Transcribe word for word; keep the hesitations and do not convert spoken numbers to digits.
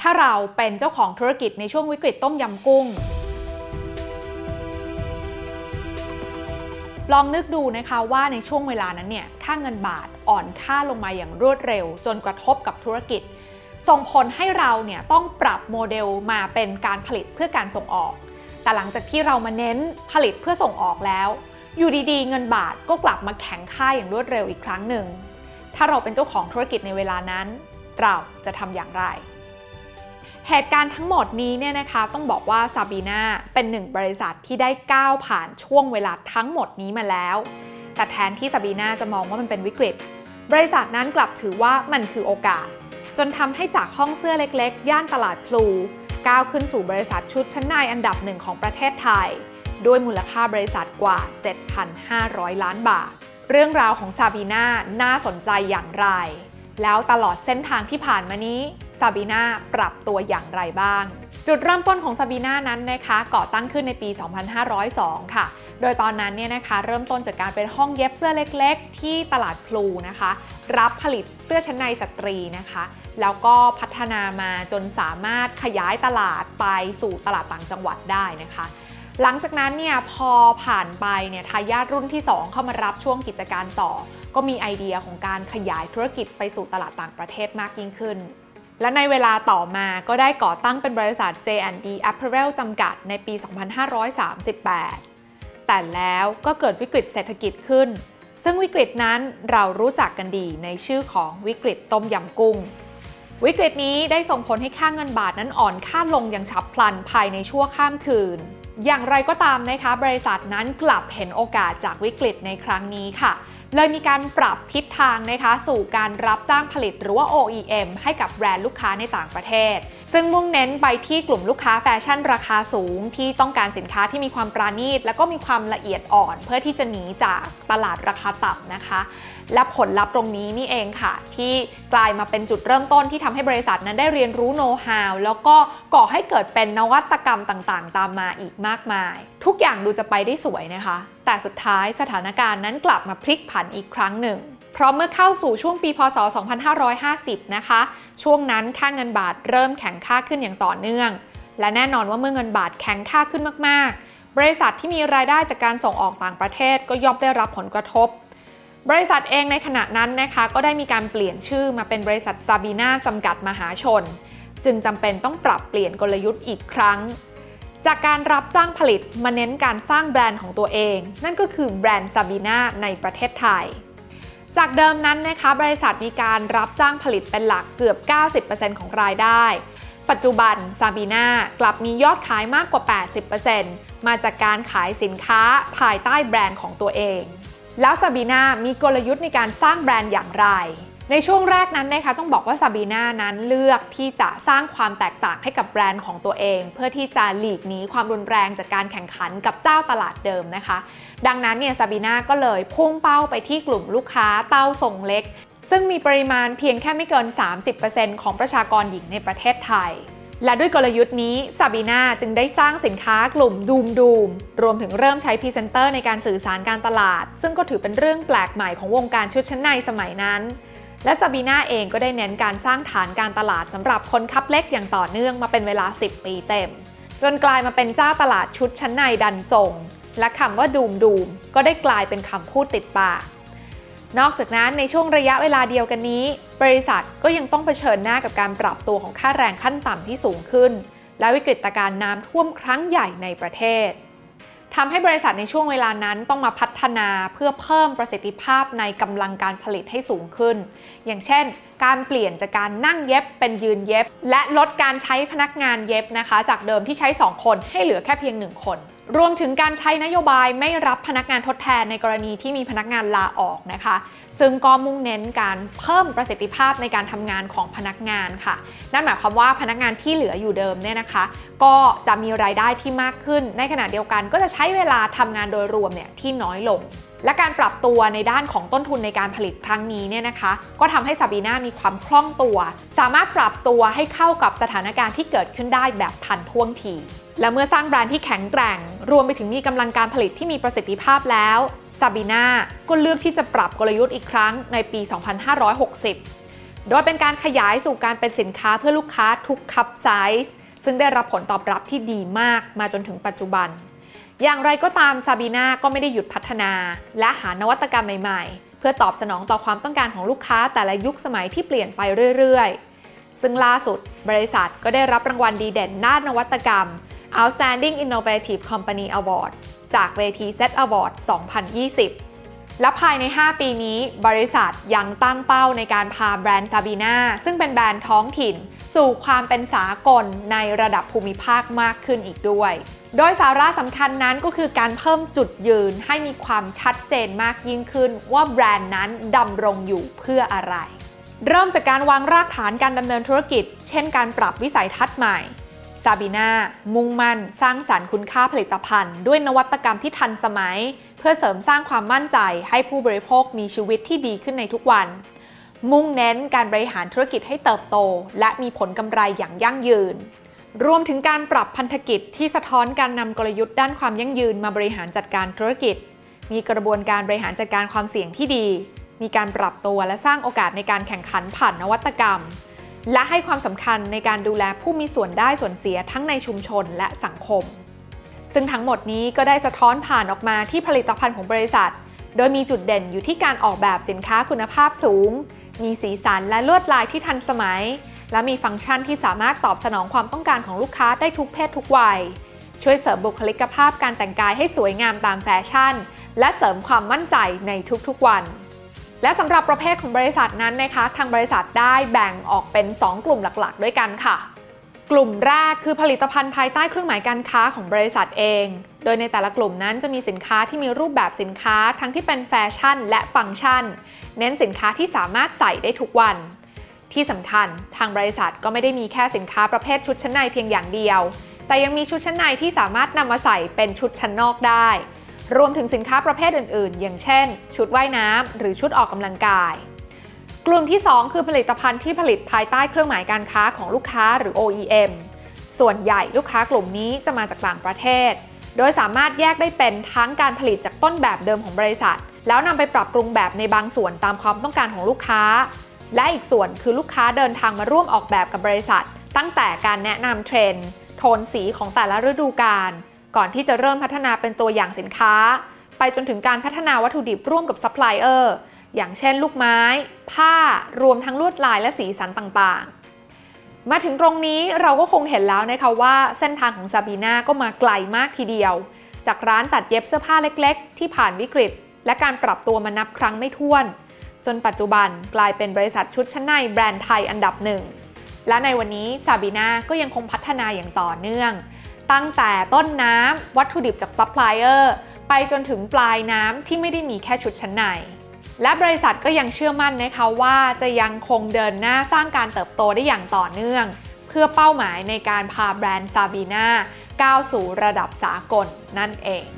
าเราเป็นเจ้าของธุรกิจในช่วงวิกฤตต้มยำกุ้งลองนึกดูนะคะว่าในช่วงเวลานั้นเนี่ยค่าเงินบาทอ่อนค่าลงมาอย่างรวดเร็วจนกระทบกับธุรกิจส่งผลให้เราเนี่ยต้องปรับโมเดลมาเป็นการผลิตเพื่อการส่งออกแต่หลังจากที่เรามาเน้นผลิตเพื่อส่งออกแล้วอยู่ดีๆเงินบาทก็กลับมาแข็งค่าอย่างรวดเร็วอีกครั้งหนึ่งถ้าเราเป็นเจ้าของธุรกิจในเวลานั้นเราจะทำอย่างไรเหตุการณ์ทั้งหมดนี้เนี่ยนะคะต้องบอกว่าซาบีนาเป็นหนึ่งบริษัทที่ได้ก้าวผ่านช่วงเวลาทั้งหมดนี้มาแล้วแต่แทนที่ซาบีนาจะมองว่ามันเป็นวิกฤตบริษัทนั้นกลับถือว่ามันคือโอกาสจนทำให้จากห้องเสื้อเล็กๆย่านตลาดพลูก้าวขึ้นสู่บริษัทชุดชั้นในอันดับหนึ่งของประเทศไทยด้วยมูลค่าบริษัทกว่า เจ็ดพันห้าร้อย ล้านบาทเรื่องราวของซาบีนาน่าสนใจอย่างไรแล้วตลอดเส้นทางที่ผ่านมานี้ซาบีนาปรับตัวอย่างไรบ้างจุดเริ่มต้นของซาบีนานั้นนะคะก่อตั้งขึ้นในปี สองพันห้าร้อยสอง ค่ะโดยตอนนั้นเนี่ยนะคะเริ่มต้นจากการเป็นห้องเย็บเสื้อเล็กๆที่ตลาดพลูนะคะรับผลิตเสื้อชั้นในสตรีนะคะแล้วก็พัฒนามาจนสามารถขยายตลาดไปสู่ตลาดต่างจังหวัดได้นะคะหลังจากนั้นเนี่ยพอผ่านไปเนี่ยทายาทรุ่นที่สองเข้ามารับช่วงกิจการต่อก็มีไอเดียของการขยายธุรกิจไปสู่ตลาดต่างประเทศมากยิ่งขึ้นและในเวลาต่อมาก็ได้ก่อตั้งเป็นบริษัท เจ แอนด์ ดี Apparel จำกัดในปี สองพันห้าร้อยสามสิบแปด แต่แล้วก็เกิดวิกฤตเศรษฐกิจขึ้นซึ่งวิกฤตนั้นเรารู้จักกันดีในชื่อของวิกฤตต้มยำกุ้งวิกฤตนี้ได้ส่งผลให้ค่าเงินบาทนั้นอ่อนค่าลงอย่างฉับพลันภายในชั่วข้ามคืนอย่างไรก็ตามนะคะบริษัทนั้นกลับเห็นโอกาสจากวิกฤตในครั้งนี้ค่ะเลยมีการปรับทิศทางนะคะสู่การรับจ้างผลิตหรือว่า โอ อี เอ็ม ให้กับแบรนด์ลูกค้าในต่างประเทศซึ่งมุ่งเน้นไปที่กลุ่มลูกค้าแฟชั่นราคาสูงที่ต้องการสินค้าที่มีความปราณีตและก็มีความละเอียดอ่อนเพื่อที่จะหนีจากตลาดราคาต่ำนะคะและผลลัพธ์ตรงนี้นี่เองค่ะที่กลายมาเป็นจุดเริ่มต้นที่ทำให้บริษัทนั้นได้เรียนรู้โน้ตฮาวแล้วก็ก่อให้เกิดเป็นนวัตกรรมต่างๆตามมาอีกมากมายทุกอย่างดูจะไปได้สวยนะคะแต่สุดท้ายสถานการณ์นั้นกลับมาพลิกผันอีกครั้งหนึ่งเพราะเมื่อเข้าสู่ช่วงปีพ.ศ. สองพันห้าร้อยห้าสิบนะคะช่วงนั้นค่าเงินบาทเริ่มแข็งค่าขึ้นอย่างต่อเนื่องและแน่นอนว่าเมื่อเงินบาทแข็งค่าขึ้นมากๆบริษัทที่มีรายได้จากการส่งออกต่างประเทศก็ย่อมได้รับผลกระทบบริษัทเองในขณะนั้นนะคะก็ได้มีการเปลี่ยนชื่อมาเป็นบริษัทซาบีนาจำกัดมหาชนจึงจำเป็นต้องปรับเปลี่ยนกลยุทธ์อีกครั้งจากการรับจ้างผลิตมาเน้นการสร้างแบรนด์ของตัวเองนั่นก็คือแบรนด์ซาบีนาในประเทศไทยจากเดิมนั้นนะคะบริษัทมีการรับจ้างผลิตเป็นหลักเกือบ เก้าสิบเปอร์เซ็นต์ ของรายได้ปัจจุบันซาบีนากลับมียอดขายมากกว่า แปดสิบเปอร์เซ็นต์ มาจากการขายสินค้าภายใต้แบรนด์ของตัวเองแล้วซาบีนามีกลยุทธ์ในการสร้างแบรนด์อย่างไรในช่วงแรกนั้นนะคะต้องบอกว่าซาบีนานั้นเลือกที่จะสร้างความแตกต่างให้กับแบรนด์ของตัวเองเพื่อที่จะหลีกหนีความรุนแรงจากการแข่งขันกับเจ้าตลาดเดิมนะคะดังนั้นเนี่ยซาบีนาก็เลยพุ่งเป้าไปที่กลุ่มลูกค้าเต้าทรงเล็กซึ่งมีปริมาณเพียงแค่ไม่เกิน สามสิบเปอร์เซ็นต์ ของประชากรหญิงในประเทศไทยและด้วยกลยุทธ์นี้ซาบีนาจึงได้สร้างสินค้ากลุ่มดูมดูมรวมถึงเริ่มใช้พรีเซนเตอร์ในการสื่อสารการตลาดซึ่งก็ถือเป็นเรื่องแปลกใหม่ของวงการชุดชั้นในสมัยนั้นและซาบีนาเองก็ได้เน้นการสร้างฐานการตลาดสำหรับคนคับเล็กอย่างต่อเนื่องมาเป็นเวลาสิบปีเต็มจนกลายมาเป็นเจ้าตลาดชุดชั้นในดันส่งและคำว่าดูมดูมก็ได้กลายเป็นคำพูดติดปากนอกจากนั้นในช่วงระยะเวลาเดียวกันนี้บริษัทก็ยังต้องเผชิญหน้ากับการปรับตัวของค่าแรงขั้นต่ำที่สูงขึ้นและวิกฤตการณ์น้ำท่วมครั้งใหญ่ในประเทศทำให้บริษัทในช่วงเวลานั้นต้องมาพัฒนาเพื่อเพิ่มประสิทธิภาพในกำลังการผลิตให้สูงขึ้นอย่างเช่นการเปลี่ยนจากการนั่งเย็บเป็นยืนเย็บและลดการใช้พนักงานเย็บนะคะจากเดิมที่ใช้สองคนให้เหลือแค่เพียงหนึ่งคนรวมถึงการใช้นโยบายไม่รับพนักงานทดแทนในกรณีที่มีพนักงานลาออกนะคะซึ่งก็มุ่งเน้นการเพิ่มประสิทธิภาพในการทำงานของพนักงานค่ะนั่นหมายความว่าพนักงานที่เหลืออยู่เดิมเนี่ยนะคะก็จะมีรายได้ที่มากขึ้นในขณะเดียวกันก็จะใช้เวลาทำงานโดยรวมเนี่ยที่น้อยลงและการปรับตัวในด้านของต้นทุนในการผลิตครั้งนี้เนี่ยนะคะก็ทำให้ซาบีนามีความคล่องตัวสามารถปรับตัวให้เข้ากับสถานการณ์ที่เกิดขึ้นได้แบบทันท่วงทีและเมื่อสร้างแบรนด์ที่แข็งแกร่งรวมไปถึงมีกำลังการผลิตที่มีประสิทธิภาพแล้วซาบีนาก็เลือกที่จะปรับกลยุทธ์อีกครั้งในปี สองพันห้าร้อยหกสิบโดยเป็นการขยายสู่การเป็นสินค้าเพื่อลูกค้าทุกคัพไซส์ซึ่งได้รับผลตอบรับที่ดีมากมาจนถึงปัจจุบันอย่างไรก็ตามซาบีนาก็ไม่ได้หยุดพัฒนาและหานวัตกรรมใหม่ๆเพื่อตอบสนองต่อความต้องการของลูกค้าแต่ละยุคสมัยที่เปลี่ยนไปเรื่อยๆซึ่งล่าสุดบริษัทก็ได้รับรางวัลดีเด่นด้านนวัตกรรม Outstanding Innovative Company Award จากเวที เซต Award สองพันยี่สิบ และภายในห้าปีนี้บริษัทยังตั้งเป้าในการพาแบรนด์ซาบีนาซึ่งเป็นแบรนด์ท้องถิ่นสู่ความเป็นสากลในระดับภูมิภาคมากขึ้นอีกด้วยโดยสาระสำคัญนั้นก็คือการเพิ่มจุดยืนให้มีความชัดเจนมากยิ่งขึ้นว่าแบรนด์นั้นดำรงอยู่เพื่ออะไรเริ่มจากการวางรากฐานการดำเนินธุรกิจเช่นการปรับวิสัยทัศน์ใหม่ซาบีนามุ่งมั่นสร้างสรรค์คุณค่าผลิตภัณฑ์ด้วยนวัตกรรมที่ทันสมัยเพื่อเสริมสร้างความมั่นใจให้ผู้บริโภคมีชีวิตที่ดีขึ้นในทุกวันมุ่งเน้นการบริหารธุรกิจให้เติบโตและมีผลกำไรอย่างยั่งยืนรวมถึงการปรับพันธกิจที่สะท้อนการนำกลยุทธ์ด้านความยั่งยืนมาบริหารจัดการธุรกิจมีกระบวนการบริหารจัดการความเสี่ยงที่ดีมีการปรับตัวและสร้างโอกาสในการแข่งขันผ่านนวัตกรรมและให้ความสำคัญในการดูแลผู้มีส่วนได้ส่วนเสียทั้งในชุมชนและสังคมซึ่งทั้งหมดนี้ก็ได้สะท้อนผ่านออกมาที่ผลิตภัณฑ์ของบริษัทโดยมีจุดเด่นอยู่ที่การออกแบบสินค้าคุณภาพสูงมีสีสันและลวดลายที่ทันสมัยและมีฟังก์ชันที่สามารถตอบสนองความต้องการของลูกค้าได้ทุกเพศทุกวัยช่วยเสริมบุคลิกภาพการแต่งกายให้สวยงามตามแฟชั่นและเสริมความมั่นใจในทุกๆวันและสำหรับประเภทของบริษัทนั้นนะคะทางบริษัทได้แบ่งออกเป็นสองกลุ่มหลักๆด้วยกันค่ะกลุ่มแรกคือผลิตภัณฑ์ภายใต้เครื่องหมายการค้าของบริษัทเองโดยในแต่ละกลุ่มนั้นจะมีสินค้าที่มีรูปแบบสินค้าทั้งที่เป็นแฟชั่นและฟังก์ชันเน้นสินค้าที่สามารถใส่ได้ทุกวันที่สำคัญทางบริษัทก็ไม่ได้มีแค่สินค้าประเภทชุดชั้นในเพียงอย่างเดียวแต่ยังมีชุดชั้นในที่สามารถนำมาใส่เป็นชุดชั้นนอกได้รวมถึงสินค้าประเภทอื่นๆอย่างเช่นชุดว่ายน้ำหรือชุดออกกำลังกายกลุ่มที่สองคือผลิตภัณฑ์ที่ผลิตภายใต้เครื่องหมายการค้าของลูกค้าหรือ โอ อี เอ็ม ส่วนใหญ่ลูกค้ากลุ่มนี้จะมาจากต่างประเทศโดยสามารถแยกได้เป็นทั้งการผลิตจากต้นแบบเดิมของบริษัทแล้วนำไปปรับปรุงแบบในบางส่วนตามความต้องการของลูกค้าและอีกส่วนคือลูกค้าเดินทางมาร่วมออกแบบกับบริษัทตั้งแต่การแนะนำเทรนด์โทนสีของแต่ละฤดูกาลก่อนที่จะเริ่มพัฒนาเป็นตัวอย่างสินค้าไปจนถึงการพัฒนาวัตถุดิบร่วมกับซัพพลายเออร์อย่างเช่นลูกไม้ผ้ารวมทั้งลวดลายและสีสันต่างๆมาถึงตรงนี้เราก็คงเห็นแล้วนะคะว่าเส้นทางของซาบีนาก็มาไกลมากทีเดียวจากร้านตัดเย็บเสื้อผ้าเล็กๆที่ผ่านวิกฤตและการปรับตัวมานับครั้งไม่ถ้วนจนปัจจุบันกลายเป็นบริษัทชุดชั้นในแบรนด์ไทยอันดับหนึ่งและในวันนี้ซาบีนาก็ยังคงพัฒนาอย่างต่อเนื่องตั้งแต่ต้นน้ำวัตถุดิบจากซัพพลายเออร์ไปจนถึงปลายน้ำที่ไม่ได้มีแค่ชุดชั้นในและบริษัทก็ยังเชื่อมั่นนะคะว่าจะยังคงเดินหน้าสร้างการเติบโตได้อย่างต่อเนื่องเพื่อเป้าหมายในการพาแบรนด์ซาบีนาก้าวสู่ระดับสากลนั่นเอง